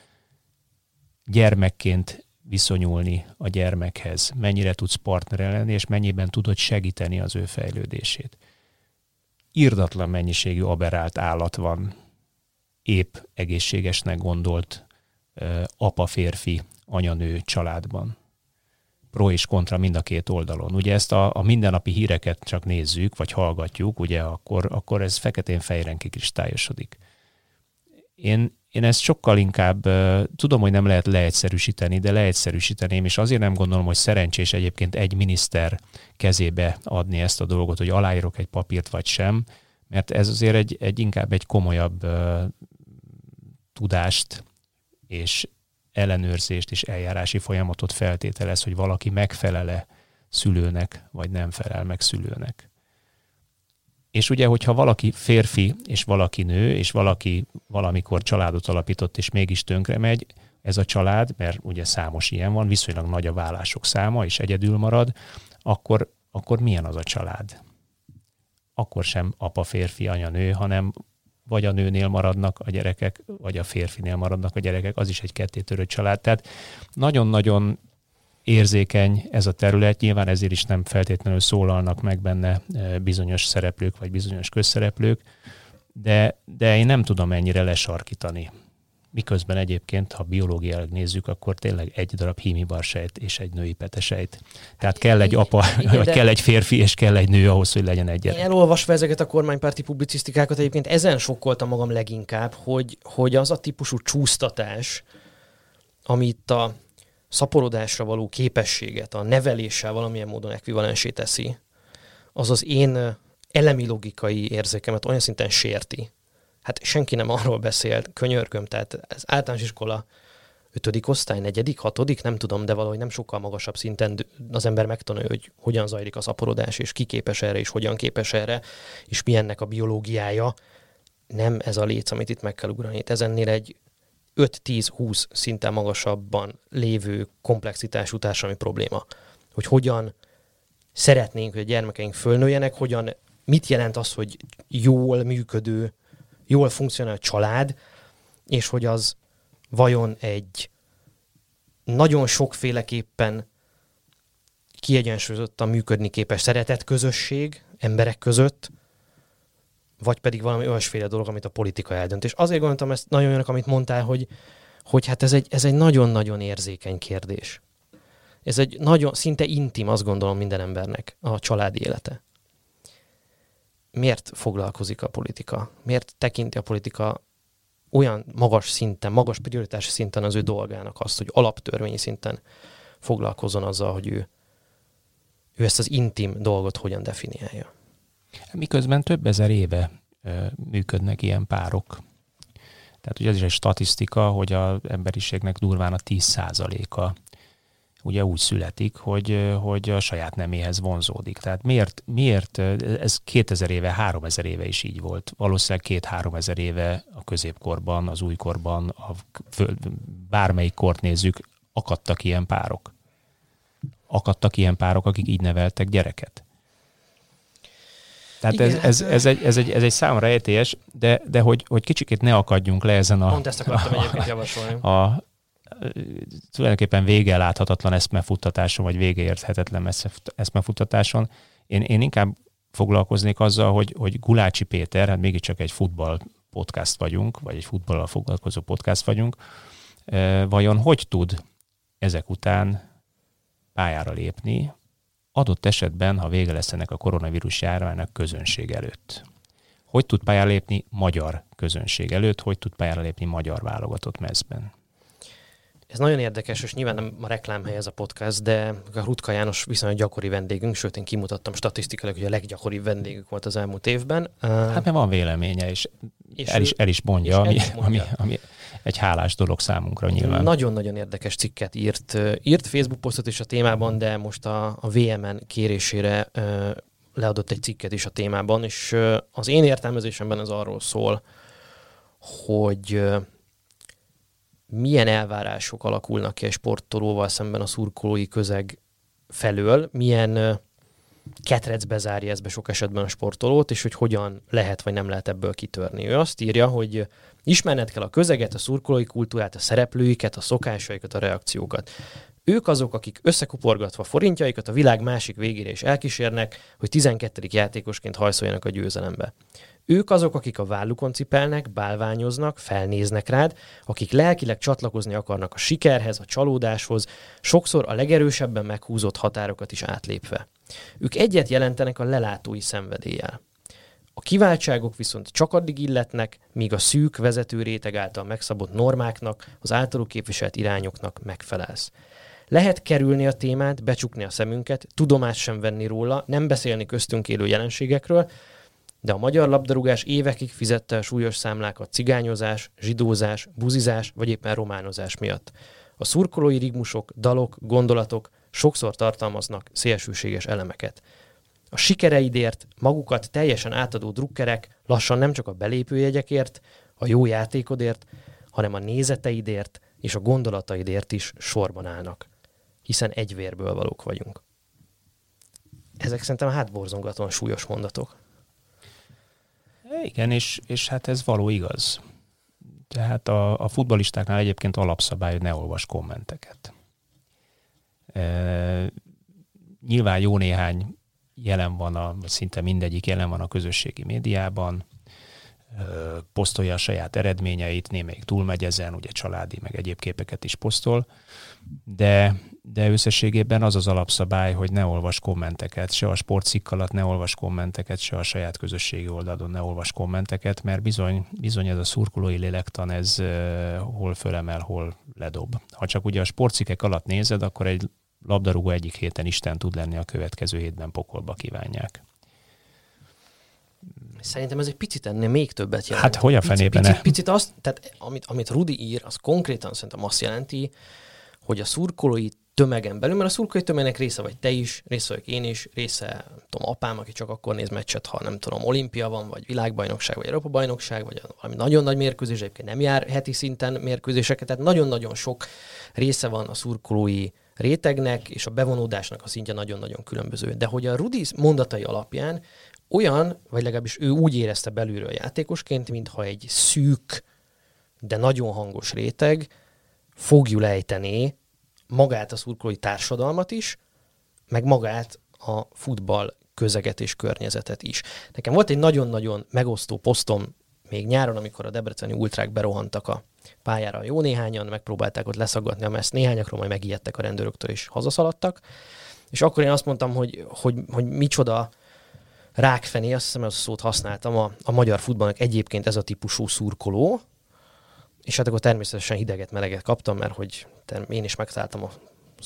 gyermekként viszonyulni a gyermekhez, mennyire tudsz partnere lenni, és mennyiben tudod segíteni az ő fejlődését. Irdatlan mennyiségű aberrált állat van, épp egészségesnek gondolt apa-férfi, anya-nő családban. Pro és kontra mind a két oldalon. Ugye ezt a, a mindennapi híreket csak nézzük, vagy hallgatjuk, ugye akkor, akkor ez feketén-fehéren kikristályosodik. Én, én ezt sokkal inkább, uh, tudom, hogy nem lehet leegyszerűsíteni, de leegyszerűsíteném, és azért nem gondolom, hogy szerencsés egyébként egy miniszter kezébe adni ezt a dolgot, hogy aláírok egy papírt vagy sem, mert ez azért egy, egy inkább egy komolyabb uh, tudást és ellenőrzést és eljárási folyamatot feltételez, hogy valaki megfelele szülőnek, vagy nem felel meg szülőnek. És ugye, hogyha valaki férfi, és valaki nő, és valaki valamikor családot alapított, és mégis tönkre megy, ez a család, mert ugye számos ilyen van, viszonylag nagy a vállások száma, és egyedül marad, akkor, akkor milyen az a család? Akkor sem apa, férfi, anya, nő, hanem vagy a nőnél maradnak a gyerekek, vagy a férfinél maradnak a gyerekek, az is egy kettétörött család. Tehát nagyon-nagyon érzékeny ez a terület, nyilván ezért is nem feltétlenül szólalnak meg benne bizonyos szereplők, vagy bizonyos közszereplők, de, de én nem tudom ennyire lesarkítani. Miközben egyébként, ha biológiailag nézzük, akkor tényleg egy darab hímibarsejt és egy női petesejt. Tehát kell egy apa, igen, vagy kell egy férfi, és kell egy nő ahhoz, hogy legyen egy gyerek. Elolvasva ezeket a kormánypárti publicisztikákat egyébként ezen sokkoltam magam leginkább, hogy, hogy az a típusú csúsztatás, amit a szaporodásra való képességet, a neveléssel valamilyen módon ekvivalensé teszi, az az én elemi logikai érzékemet olyan szinten sérti. Hát senki nem arról beszélt, könyörgöm, tehát az általános iskola ötödik osztály, negyedik, hatodik, nem tudom, de valahogy nem sokkal magasabb szinten az ember megtanulja, hogy hogyan zajlik a szaporodás, és ki képes erre, és hogyan képes erre, és mi ennek a biológiája. Nem ez a léc, amit itt meg kell ugrani. Itt ezennél egy öt-tíz-húsz szinten magasabban lévő komplexitású társadalmi probléma. Hogy hogyan szeretnénk, hogy a gyermekeink fölnőjenek, hogyan, mit jelent az, hogy jól működő, jól funkcionál család, és hogy az vajon egy nagyon sokféleképpen kiegyensúlyozottan működni képes szeretett közösség emberek között, vagy pedig valami olyasféle dolog, amit a politika eldönt. És azért gondoltam ezt nagyon olyanok, amit mondtál, hogy, hogy hát ez egy, ez egy nagyon-nagyon érzékeny kérdés. Ez egy nagyon, szinte intim, azt gondolom, minden embernek a családi élete. Miért foglalkozik a politika? Miért tekinti a politika olyan magas szinten, magas prioritási szinten az ő dolgának azt, hogy alaptörvényi szinten foglalkozzon azzal, hogy ő, ő ezt az intim dolgot hogyan definiálja? Miközben több ezer éve működnek ilyen párok. Tehát ugye ez is egy statisztika, hogy az emberiségnek durván a tíz százaléka ugye úgy születik, hogy, hogy a saját neméhez vonzódik. Tehát miért, miért, ez kétezer éve, háromezer éve is így volt. Valószínűleg két-három ezer éve a középkorban, az újkorban, a föld, bármelyik kort nézzük, akadtak ilyen párok. Akadtak ilyen párok, akik így neveltek gyereket. Tehát ez, ez, ez, egy, ez, egy, ez egy számomra értélyes, de, de hogy, hogy kicsikét ne akadjunk le ezen a... Pont ezt akartam egyébként javasolni. A, a, tulajdonképpen vége láthatatlan eszmefuttatáson, vagy vége érthetetlen eszmefuttatáson. Én, én inkább foglalkoznék azzal, hogy, hogy Gulácsi Péter, hát mégiscsak egy futball podcast vagyunk, vagy egy futballal foglalkozó podcast vagyunk, vajon hogy tud ezek után pályára lépni, adott esetben, ha vége lesz ennek a koronavírus járványnak közönség előtt? Hogy tud pályára lépni magyar közönség előtt, hogy tud pályára lépni magyar válogatott mezben? Ez nagyon érdekes, és nyilván nem a reklámhely ez a podcast, de a Rutka János viszonylag gyakori vendégünk, sőt én kimutattam statisztikailag, hogy a leggyakoribb vendégünk volt az elmúlt évben. Hát mert van véleménye, és, és el, is, el is mondja, ami, el is mondja. Ami, ami egy hálás dolog számunkra nyilván. Nagyon-nagyon érdekes cikket írt. Írt Facebook posztot is a témában, de most a, a vé em-en kérésére uh, leadott egy cikket is a témában, és uh, az én értelmezésemben ez arról szól, hogy uh, milyen elvárások alakulnak ki egy sportolóval szemben a szurkolói közeg felől, milyen uh, ketrecbe zárja ez be sok esetben a sportolót, és hogy hogyan lehet vagy nem lehet ebből kitörni. Ő azt írja, hogy ismerned kell a közeget, a szurkolói kultúrát, a szereplőiket, a szokásaikat, a reakciókat. Ők azok, akik összekuporgatva forintjaikat a világ másik végére is elkísérnek, hogy tizenkettedik játékosként hajszoljanak a győzelembe. Ők azok, akik a vállukon cipelnek, bálványoznak, felnéznek rád, akik lelkileg csatlakozni akarnak a sikerhez, a csalódáshoz, sokszor a legerősebben meghúzott határokat is átlépve. Ők egyet jelentenek a lelátói szenvedéllyel. A kiváltságok viszont csak addig illetnek, míg a szűk vezető réteg által megszabott normáknak, az általuk képviselt irányoknak megfelelsz. Lehet kerülni a témát, becsukni a szemünket, tudomást sem venni róla, nem beszélni köztünk élő jelenségekről, de a magyar labdarúgás évekig fizette a súlyos számlákat cigányozás, zsidózás, buzizás vagy éppen románozás miatt. A szurkolói rigmusok, dalok, gondolatok sokszor tartalmaznak szélsőséges elemeket. A sikereidért magukat teljesen átadó drukkerek lassan nem csak a belépőjegyekért, a jó játékodért, hanem a nézeteidért és a gondolataidért is sorban állnak. Hiszen egy vérből valók vagyunk. Ezek szerintem hátborzongatóan súlyos mondatok. Igen, és, és hát ez való igaz. Tehát a, a futballistáknál egyébként alapszabály, hogy ne olvas kommenteket. E, nyilván jó néhány jelen van, a, szinte mindegyik jelen van a közösségi médiában, e, posztolja a saját eredményeit, némelyik túlmegy ezen, ugye családi, meg egyéb képeket is posztol, de, de összességében az az alapszabály, hogy ne olvas kommenteket, se a sportcikk alatt ne olvas kommenteket, se a saját közösségi oldalon ne olvas kommenteket, mert bizony, bizony ez a szurkolói lélektan, ez uh, hol fölemel, hol ledob. Ha csak ugye a sportcikkek alatt nézed, akkor egy labdarúgó egyik héten Isten tud lenni, a következő hétben pokolba kívánják. Szerintem ez egy picit ennél még többet jelent. Hát hogy a fenében? Picit, picit, picit azt, tehát amit, amit Rudi ír, az konkrétan szerintem azt jelenti, hogy a szurkolói tömegen belül, mert a szurkolói tömegnek része vagy te is, része vagyok én is, része, nem tudom, apám, aki csak akkor néz meccset, ha nem tudom, olimpia van, vagy világbajnokság, vagy Európa-bajnokság, vagy valami nagyon nagy mérkőzés, egyébként nem jár heti szinten mérkőzéseket, tehát nagyon-nagyon sok része van a szurkolói rétegnek, és a bevonódásnak a szintje nagyon-nagyon különböző. De hogy a Rudi mondatai alapján olyan, vagy legalábbis ő úgy érezte belülről játékosként, mintha egy szűk, de nagyon hangos réteg fogjul ejtené magát a szurkolói társadalmat is, meg magát a futball közeget és környezetet is. Nekem volt egy nagyon-nagyon megosztó posztom még nyáron, amikor a debreceni ultrák berohantak a pályára jó néhányan, megpróbálták ott leszaggatni a meszt, néhányakról majd megijedtek a rendőröktől és hazaszaladtak. És akkor én azt mondtam, hogy, hogy, hogy micsoda rákfené, azt hiszem, azt a szót használtam, a, a magyar futballnak egyébként ez a típusú szurkoló, és hát akkor természetesen hideget-meleget kaptam, mert hogy én is megtaláltam a,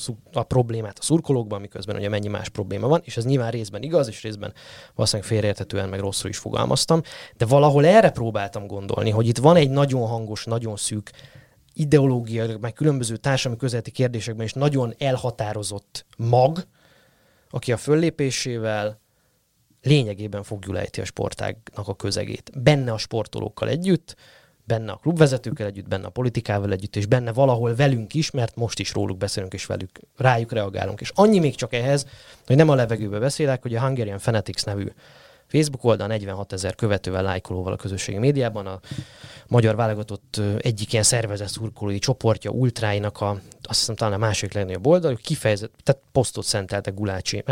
a problémát a szurkolókban, miközben ugye mennyi más probléma van, és ez nyilván részben igaz, és részben valószínűleg félreérthetően meg rosszul is fogalmaztam, de valahol erre próbáltam gondolni, hogy itt van egy nagyon hangos, nagyon szűk ideológia, meg különböző társadalmi közeleti kérdésekben is nagyon elhatározott mag, aki a föllépésével lényegében fogjul ejti a sportágnak a közegét. Benne a sportolókkal együtt, benne a klubvezetőkkel együtt, benne a politikával együtt, és benne valahol velünk is, mert most is róluk beszélünk, és velük, rájuk reagálunk. És annyi még csak ehhez, hogy nem a levegőbe beszélek, hogy a Hungarian Fanatics nevű Facebook oldal negyvenhatezer követővel, lájkolóval a közösségi médiában a magyar válogatott egyik ilyen szervezett szurkolói csoportja, ultráinak a, azt hiszem talán a második legnagyobb oldal, kifejezett, tehát posztot szenteltek Gulácsi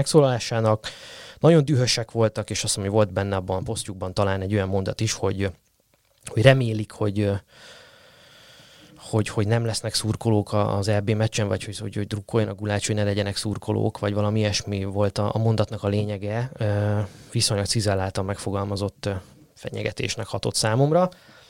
megszólalásának, nagyon dühösek voltak, és azt hiszem, hogy volt benne abban a posztjukban talán egy olyan mondat is, hogy hogy remélik, hogy, hogy, hogy nem lesznek szurkolók az é bé meccsen, vagy hogy, hogy, hogy drukkoljanak Gulácsi, hogy ne legyenek szurkolók, vagy valami ilyesmi volt a, a mondatnak a lényege. Viszonylag cizelláltan megfogalmazott fenyegetésnek hatott számomra.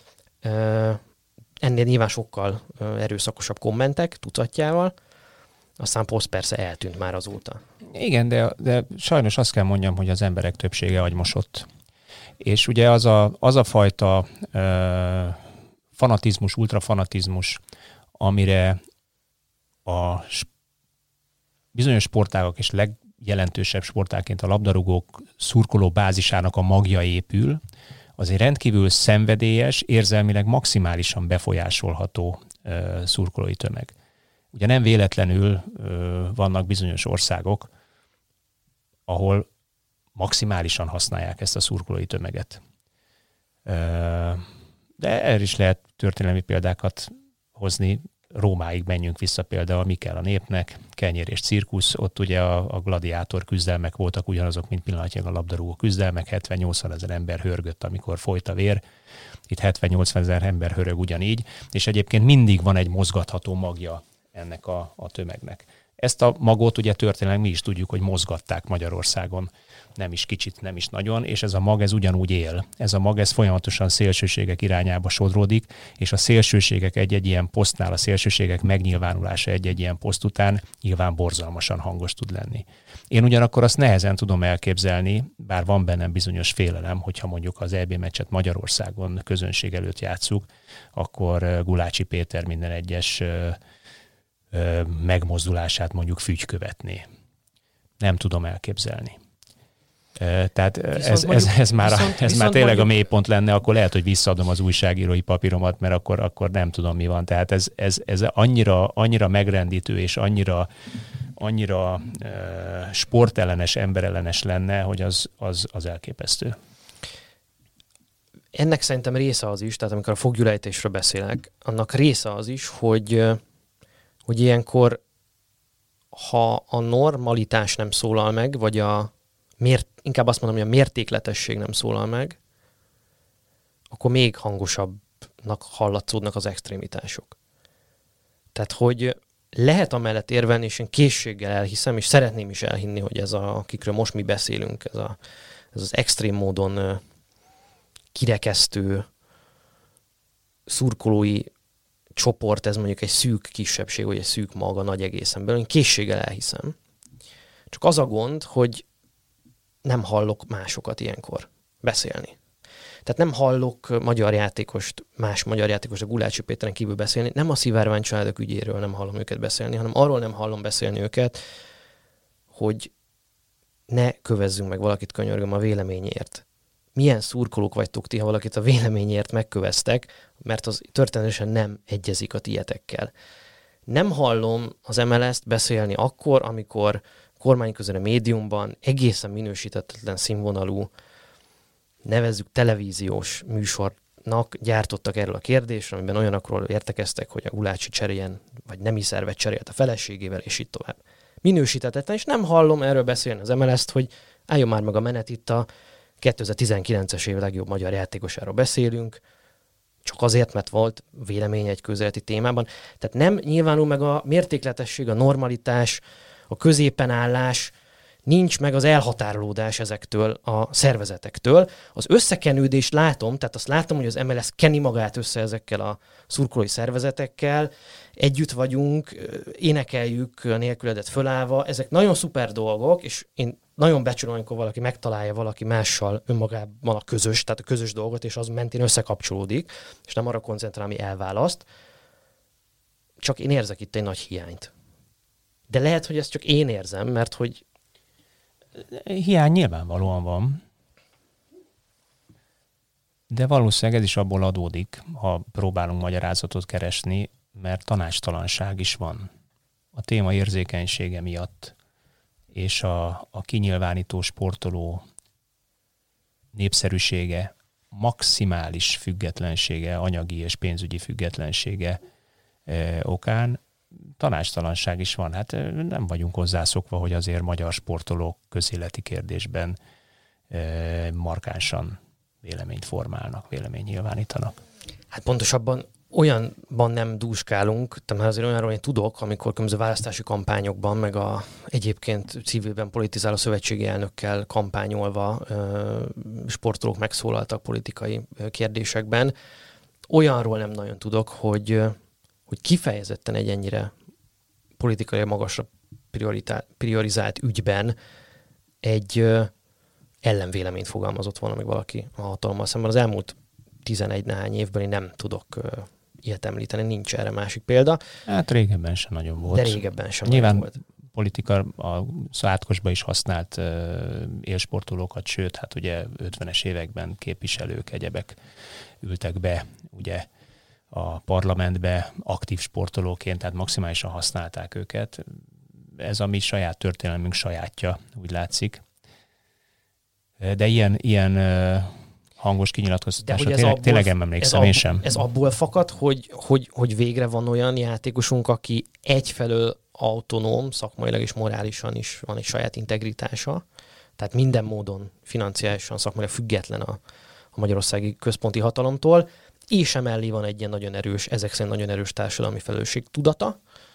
Ennél nyilván sokkal erőszakosabb kommentek, tucatjával. Aztán poszt persze eltűnt már azóta. Igen, de, de sajnos azt kell mondjam, hogy az emberek többsége agymosott. És ugye az a, az a fajta ö, fanatizmus, ultrafanatizmus, amire a bizonyos sportágak és legjelentősebb sportágként a labdarúgók szurkoló bázisának a magja épül, az egy rendkívül szenvedélyes, érzelmileg maximálisan befolyásolható ö, szurkolói tömeg. Ugye nem véletlenül ö, vannak bizonyos országok, ahol maximálisan használják ezt a szurkolói tömeget. Ö, de erre is lehet történelmi példákat hozni. Rómáig menjünk vissza például, mi kell a népnek, kenyér és cirkusz, ott ugye a, a gladiátor küzdelmek voltak ugyanazok, mint pillanatnyilag a labdarúgó küzdelmek, hetven-nyolcvan ezer ember hörgött, amikor folyt a vér, itt hetven-nyolcvan ezer ember hörög ugyanígy, és egyébként mindig van egy mozgatható magja ennek a, a tömegnek. Ezt a magot ugye történelem mi is tudjuk, hogy mozgatták Magyarországon, nem is kicsit, nem is nagyon, és ez a mag ez ugyanúgy él. Ez a mag ez folyamatosan szélsőségek irányába sodródik, és a szélsőségek egy-egy ilyen posztnál, a szélsőségek megnyilvánulása egy-egy ilyen poszt után nyilván borzalmasan hangos tud lenni. Én ugyanakkor azt nehezen tudom elképzelni, bár van bennem bizonyos félelem, hogyha mondjuk az é bé meccset Magyarországon közönség előtt játsszuk, akkor Gulácsi Péter minden egyes megmozdulását mondjuk fügykövetné. Nem tudom elképzelni. Tehát ez, ez, ez, már, viszont, ez viszont már tényleg mondjuk a mélypont lenne, akkor lehet, hogy visszaadom az újságírói papíromat, mert akkor, akkor nem tudom, mi van. Tehát ez, ez, ez annyira, annyira megrendítő és annyira, annyira uh, sportellenes, emberellenes lenne, hogy az, az, az elképesztő. Ennek szerintem része az is, tehát amikor a foglyulejtésről beszélek, annak része az is, hogy, hogy ilyenkor, ha a normalitás nem szólal meg, vagy a Mért, inkább azt mondom, hogy a mértékletesség nem szólal meg, akkor még hangosabbnak hallatszódnak az extrémitások. Tehát, hogy lehet amellett érvelni, és én készséggel elhiszem, és szeretném is elhinni, hogy ez, a, akikről most mi beszélünk, ez, a, ez az extrém módon kirekesztő szurkolói csoport, ez mondjuk egy szűk kisebbség, vagy egy szűk maga nagy egészen belül. Én készséggel elhiszem. Csak az a gond, hogy nem hallok másokat ilyenkor beszélni. Tehát nem hallok magyar játékost, más magyar játékost a Gulácsi Péteren kívül beszélni, nem a Szivárvány családok ügyéről nem hallom őket beszélni, hanem arról nem hallom beszélni őket, hogy ne kövezzünk meg valakit, könyörgöm, a véleményért. Milyen szurkolók vagytok ti, ha valakit a véleményért megköveztek, mert az történetesen nem egyezik a tietekkel. Nem hallom az em el es-t beszélni akkor, amikor kormányközeli médiumban egészen minősítetlen színvonalú, nevezzük televíziós műsornak gyártottak erről a kérdésről, amiben olyanokról értekeztek, hogy a Gulácsi cseréljen, vagy nemi szervet cserélt a feleségével, és így tovább. Minősítetlen, és nem hallom erről beszélni az em el es-t, hogy álljon már meg a menet, itt a kétezer-tizenkilences év legjobb magyar játékosáról beszélünk, csak azért, mert volt vélemény egy közeleti témában. Tehát nem nyilvánul meg a mértékletesség, a normalitás, a középen állás, nincs meg az elhatárolódás ezektől a szervezetektől. Az összekenődést látom, tehát azt látom, hogy az em el es keni magát össze ezekkel a szurkolói szervezetekkel, együtt vagyunk, énekeljük a nélküledet fölállva, ezek nagyon szuper dolgok, és én nagyon becsülöm, amikor valaki megtalálja valaki mással önmagában a közös, tehát a közös dolgot, és az mentén összekapcsolódik, és nem arra koncentrál, ami elválaszt. Csak én érzek itt egy nagy hiányt. De lehet, hogy ezt csak én érzem, mert hogy... Hiány nyilvánvalóan van. De valószínűleg ez is abból adódik, ha próbálunk magyarázatot keresni, mert tanácstalanság is van. A téma érzékenysége miatt, és a, a kinyilvánító sportoló népszerűsége, maximális függetlensége, anyagi és pénzügyi függetlensége eh, okán tanácstalanság is van. Hát nem vagyunk hozzászokva, hogy azért magyar sportolók közéleti kérdésben eh, markánsan véleményt formálnak, véleményt nyilvánítanak. Hát pontosabban olyanban nem dúskálunk, tehát azért olyanról én tudok, amikor különböző választási kampányokban, meg a egyébként civilben politizáló szövetségi elnökkel kampányolva ö, sportolók megszólaltak politikai kérdésekben. Olyanról nem nagyon tudok, hogy, hogy kifejezetten egy ennyire politikai magasra priorizált ügyben egy ö, ellenvéleményt fogalmazott volna még valaki a hatalommal szemben. Az elmúlt tizenegy néhány évben én nem tudok ö, ilyet említeni, nincs erre másik példa. Hát régebben sem nagyon volt. De régebben sem Nyilván volt. Politika a átkosba is használt uh, élsportolókat, sőt, hát ugye ötvenes években képviselők, egyebek ültek be ugye a parlamentbe aktív sportolóként, tehát maximálisan használták őket. Ez a mi saját történelmünk sajátja, úgy látszik. De ilyen, ilyen uh, hangos kinyilatkoztatásra tényleg, abból, tényleg nem emlékszem, én sem. Ez abból fakad, hogy, hogy, hogy végre van olyan játékosunk, aki egyfelől autonóm, szakmailag és morálisan is van egy saját integritása, tehát minden módon financiálisan, szakmailag független a, a magyarországi központi hatalomtól, és emellé van egy ilyen nagyon erős, ezek szerint nagyon erős társadalmi felelősség tudata,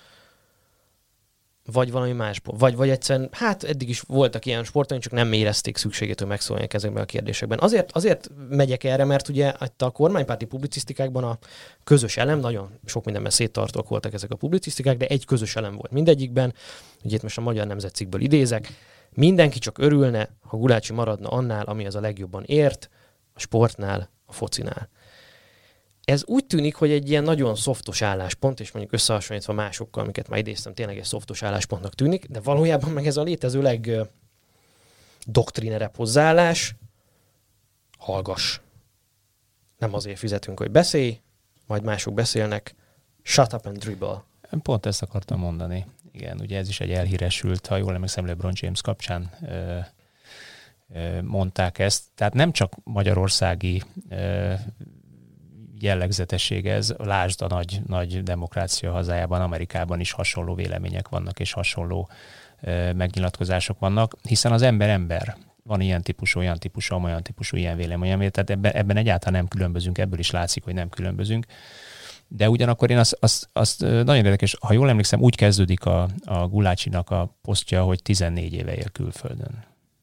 vagy valami más, vagy, vagy egyszerűen, hát eddig is voltak ilyen sportok, csak nem érezték szükségét, hogy megszóljanak ezekben a kérdésekben. Azért, azért megyek erre, mert ugye a kormánypárti publicisztikákban a közös elem, nagyon sok mindenben széttartók voltak ezek a publicisztikák, de egy közös elem volt mindegyikben. Ugye itt most a Magyar Nemzetcikkből idézek. Mindenki csak örülne, ha Gulácsi maradna annál, ami az a legjobban ért, a sportnál, a focinál. Ez úgy tűnik, hogy egy ilyen nagyon szoftos álláspont, és mondjuk összehasonlítva másokkal, amiket már idéztem, tényleg egy szoftos álláspontnak tűnik, de valójában meg ez a létező legdoktrinerebb hozzáállás, hallgass. Nem azért fizetünk, hogy beszélj, majd mások beszélnek, shut up and dribble. Pont ezt akartam mondani. Igen, ugye ez is egy elhíresült, ha jól emlékszem, LeBron James kapcsán ö, ö, mondták ezt. Tehát nem csak magyarországi ö, jellegzetesség ez, lásd a nagy, nagy demokrácia hazájában, Amerikában is hasonló vélemények vannak, és hasonló ö, megnyilatkozások vannak, hiszen az ember ember. Van ilyen típusú, olyan típusú, olyan típusú, ilyen vélemény, tehát ebben, ebben egyáltalán nem különbözünk, ebből is látszik, hogy nem különbözünk. De ugyanakkor én azt, azt, azt nagyon érdekes, ha jól emlékszem, úgy kezdődik a, a Gulácsinak a posztja, hogy tizennégy éve él külföldön.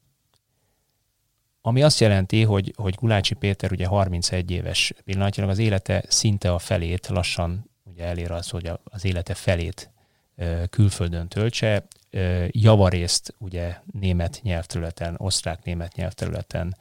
Ami azt jelenti, hogy, hogy Gulácsi Péter ugye harmincegy éves pillanatnyilag az élete szinte a felét, lassan ugye elér az, hogy az élete felét külföldön töltse, javarészt ugye német nyelvterületen, osztrák-német nyelvterületen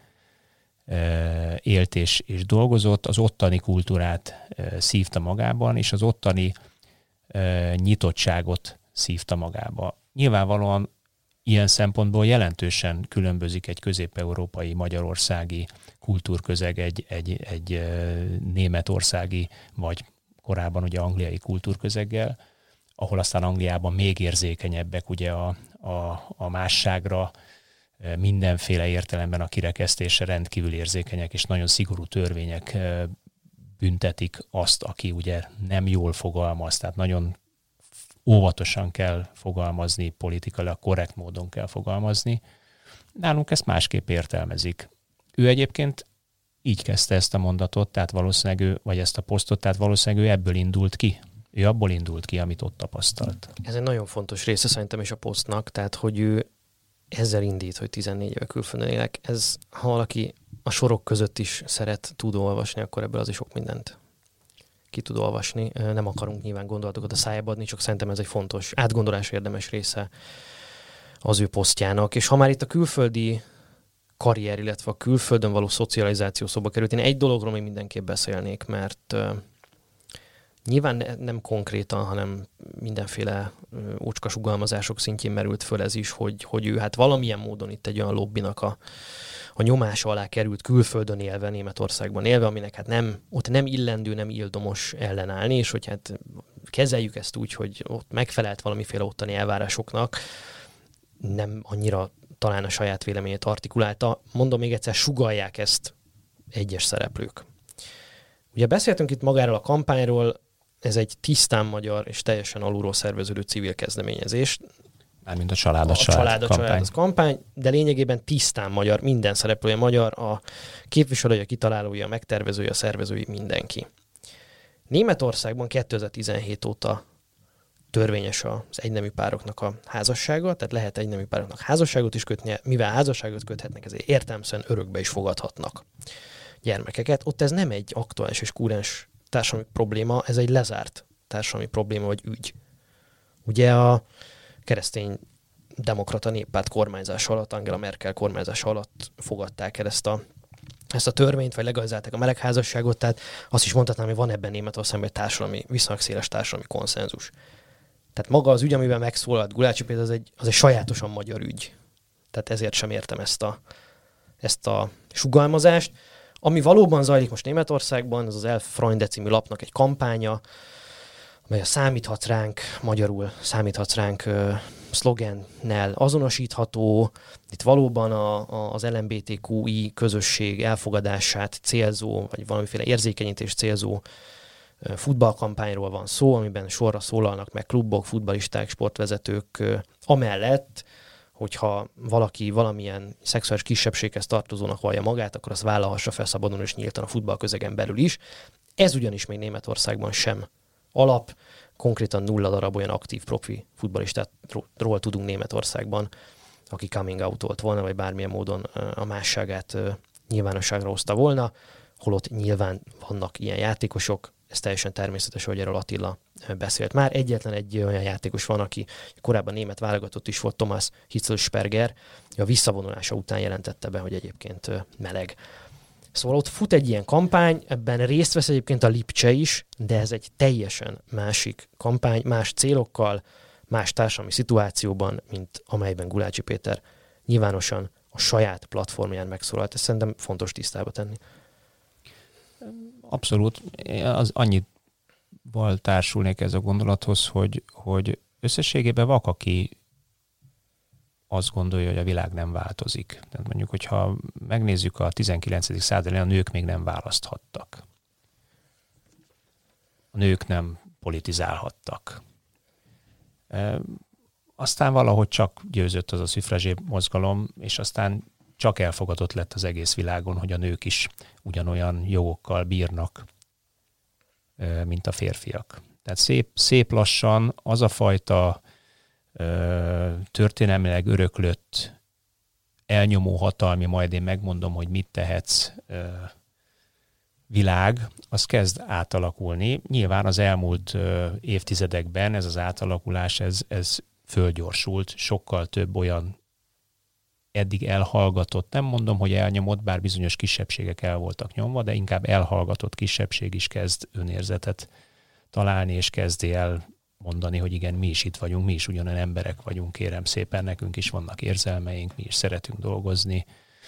élt és, és dolgozott, az ottani kultúrát szívta magában, és az ottani nyitottságot szívta magába. Nyilvánvalóan ilyen szempontból jelentősen különbözik egy közép-európai, magyarországi kultúrközeg egy, egy, egy németországi, vagy korábban ugye angliai kultúrközeggel, ahol aztán Angliában még érzékenyebbek ugye a, a, a másságra, mindenféle értelemben a kirekesztésre rendkívül érzékenyek, és nagyon szigorú törvények büntetik azt, aki ugye nem jól fogalmaz, tehát nagyon óvatosan kell fogalmazni, politikailag korrekt módon kell fogalmazni. Nálunk ezt másképp értelmezik. Ő egyébként így kezdte ezt a mondatot, tehát valószínűleg ő, vagy ezt a posztot, tehát valószínűleg ő ebből indult ki. Ő abból indult ki, amit ott tapasztalt. Ez egy nagyon fontos része szerintem is a posztnak, tehát hogy ő ezzel indít, hogy tizennégy éve külföldön élek. Ez, ha valaki a sorok között is szeret, tud olvasni, akkor ebből az is sok mindent ki tud olvasni. Nem akarunk nyilván gondolatokat a szájába adni, csak szerintem ez egy fontos, átgondolás érdemes része az ő posztjának. És ha már itt a külföldi karrier, illetve a külföldön való szocializáció szóba került, én egy dologról még mindenképp beszélnék, mert uh, nyilván nem konkrétan, hanem mindenféle uh, ócska sugalmazások szintjén merült föl ez is, hogy, hogy ő hát valamilyen módon itt egy olyan lobbinak a, a nyomása alá került külföldön élve, Németországban élve, aminek hát nem, ott nem illendő, nem ildomos ellenállni, és hogy hát kezeljük ezt úgy, hogy ott megfelelt valamiféle ottani elvárásoknak, nem annyira talán a saját véleményét artikulálta. Mondom még egyszer, sugallják ezt egyes szereplők. Ugye beszéltünk itt magáról a kampányról, ez egy tisztán magyar és teljesen alulról szerveződő civil kezdeményezés. Mármint a család a, a család, család, a kampány. család az kampány, de lényegében tisztán magyar, minden szereplője magyar, a képviselője, a kitalálója, a megtervezője, a szervezői, mindenki. Németországban kétezer-tizenhét óta törvényes az egynemű pároknak a házassága, tehát lehet egynemű pároknak házasságot is kötnie, mivel házasságot köthetnek, ezért értelemszerűen örökbe is fogadhatnak gyermekeket. Ott ez nem egy aktuális és kúrens társadalmi probléma, ez egy lezárt társadalmi probléma vagy ügy. Ugye a keresztény demokrata néppárt kormányzás alatt, Angela Merkel kormányzás alatt fogadták el ezt a, ezt a törvényt, vagy legalizálták a melegházasságot, tehát azt is mondhatnám, hogy van ebben Németországban egy társadalmi, viszonylag széles társadalmi konszenzus. Tehát maga az ügy, amiben megszólalt Gulácsi Péter, az egy, az egy sajátosan magyar ügy. Tehát ezért sem értem ezt a, ezt a sugalmazást. Ami valóban zajlik most Németországban, az az Elf Freunde című lapnak egy kampánya, amely a számíthatsz ránk, magyarul számíthatsz ránk uh, szlogennel azonosítható. Itt valóban a, a, az el em bé té kú i közösség elfogadását célzó, vagy valamiféle érzékenyítés célzó uh, futballkampányról van szó, amiben sorra szólalnak meg klubok, futballisták, sportvezetők, uh, amellett, hogyha valaki valamilyen szexuális kisebbséghez tartozónak vallja magát, akkor azt vállalhassa fel szabadon és nyíltan a futballközegen belül is. Ez ugyanis még Németországban sem alap, konkrétan nulla darab olyan aktív profi futballistátról tudunk Németországban, aki coming out-olt volna, vagy bármilyen módon a másságát nyilvánosságra hozta volna, holott nyilván vannak ilyen játékosok, ez teljesen természetes, hogy erről Attila beszélt már. Egyetlen egy olyan játékos van, aki korábban német válogatott is volt, Thomas Hitzelsperger, a visszavonulása után jelentette be, hogy egyébként meleg. Szóval ott fut egy ilyen kampány, ebben részt vesz egyébként a Lipcse is, de ez egy teljesen másik kampány, más célokkal, más társadalmi szituációban, mint amelyben Gulácsi Péter nyilvánosan a saját platformján megszólalt. Ezt szerintem fontos tisztába tenni. Abszolút. Az annyit társulnék ez a gondolathoz, hogy, hogy összességében vak, aki azt gondolja, hogy a világ nem változik. Tehát mondjuk, hogyha megnézzük a tizenkilencedik században, a nők még nem választhattak. A nők nem politizálhattak. E, aztán valahogy csak győzött az a szüfrazsé mozgalom, és aztán csak elfogadott lett az egész világon, hogy a nők is ugyanolyan jogokkal bírnak, e, mint a férfiak. Tehát szép, szép lassan az a fajta történelmileg öröklött elnyomó hatalmi, majd én megmondom, hogy mit tehetsz világ, az kezd átalakulni. Nyilván az elmúlt évtizedekben ez az átalakulás, ez, ez fölgyorsult, sokkal több olyan eddig elhallgatott, nem mondom, hogy elnyomott, bár bizonyos kisebbségek el voltak nyomva, de inkább elhallgatott kisebbség is kezd önérzetet találni, és kezdi el mondani, hogy igen, mi is itt vagyunk, mi is ugyanolyan emberek vagyunk, kérem szépen, nekünk is vannak érzelmeink, mi is szeretünk dolgozni.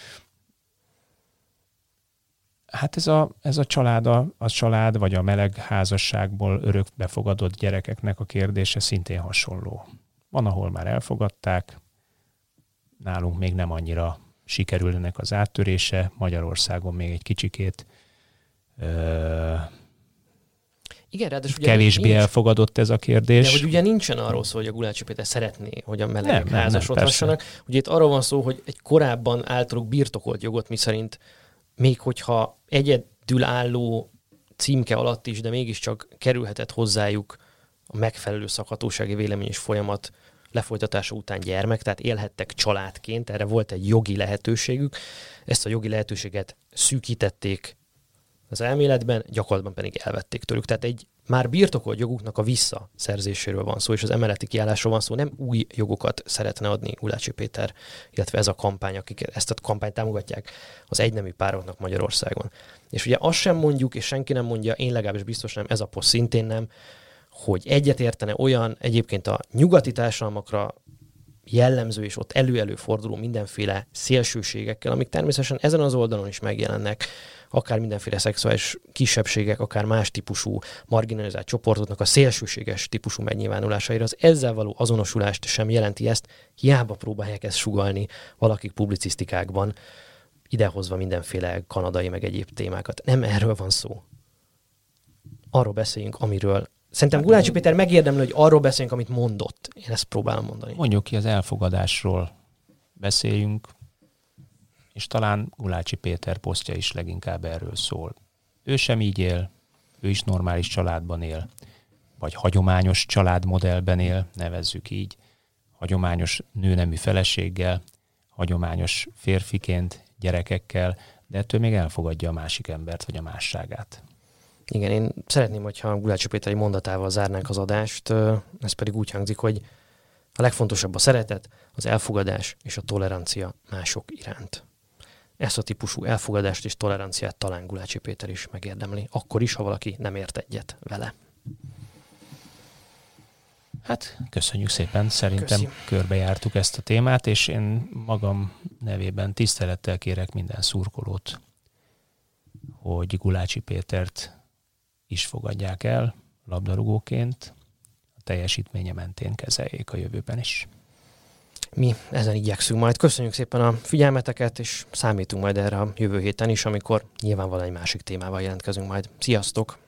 Hát ez a, ez a család, a, a család, vagy a meleg házasságból örökbefogadott gyerekeknek a kérdése szintén hasonló. Van, ahol már elfogadták, nálunk még nem annyira sikerül ennek az áttörése, Magyarországon még egy kicsikét ö, igen, ráadásul kevésbé nincs, elfogadott ez a kérdés. De hogy ugye nincsen arról szó, hogy a Gulácsi Péter szeretné, hogy a melegek házasodhassanak. Ugye itt arról van szó, hogy egy korábban általuk birtokolt jogot, miszerint még hogyha egyedülálló címke alatt is, de mégiscsak kerülhetett hozzájuk a megfelelő szakhatósági vélemény és folyamat lefolytatása után gyermek, tehát élhettek családként, erre volt egy jogi lehetőségük. Ezt a jogi lehetőséget szűkítették az elméletben, gyakorlatban pedig elvették tőlük. Tehát egy már birtokolt joguknak a visszaszerzéséről van szó, és az emeleti kiállásról van szó, nem új jogokat szeretne adni Gulácsi Péter, illetve ez a kampány, akik ezt a kampányt támogatják az egynemű pároknak Magyarországon. És ugye azt sem mondjuk, és senki nem mondja, én legalábbis biztos nem, ez a poszt szintén nem, hogy egyetértene olyan egyébként a nyugati társadalmakra jellemző és ott elő-elő forduló mindenféle szélsőségekkel, amik természetesen ezen az oldalon is megjelennek, akár mindenféle szexuális kisebbségek, akár más típusú marginalizált csoportoknak a szélsőséges típusú megnyilvánulásaira, az ezzel való azonosulást sem jelenti ezt, hiába próbálják ezt sugallni valakik publicisztikákban, idehozva mindenféle kanadai meg egyéb témákat. Nem erről van szó. Arról beszéljünk, amiről Szerintem Gulácsi Péter megérdemli, hogy arról beszéljünk, amit mondott. Én ezt próbálom mondani. Mondjuk ki az elfogadásról beszéljünk, és talán Gulácsi Péter posztja is leginkább erről szól. Ő sem így él, ő is normális családban él, vagy hagyományos családmodellben él, nevezzük így, hagyományos nőnemű feleséggel, hagyományos férfiként, gyerekekkel, de ettől még elfogadja a másik embert, vagy a másságát. Igen, én szeretném, hogyha Gulácsi Péter egy mondatával zárnánk az adást, ez pedig úgy hangzik, hogy a legfontosabb a szeretet, az elfogadás és a tolerancia mások iránt. Ezt a típusú elfogadást és toleranciát talán Gulácsi Péter is megérdemli, akkor is, ha valaki nem ért egyet vele. Hát köszönjük szépen, szerintem Köszi. körbejártuk ezt a témát, és én magam nevében tisztelettel kérek minden szurkolót, hogy Gulácsi Pétert is fogadják el labdarúgóként, a teljesítménye mentén kezeljék a jövőben is. Mi ezen igyekszünk majd. Köszönjük szépen a figyelmeteket, és számítunk majd erre a jövő héten is, amikor nyilvánvalóan egy másik témával jelentkezünk majd. Sziasztok!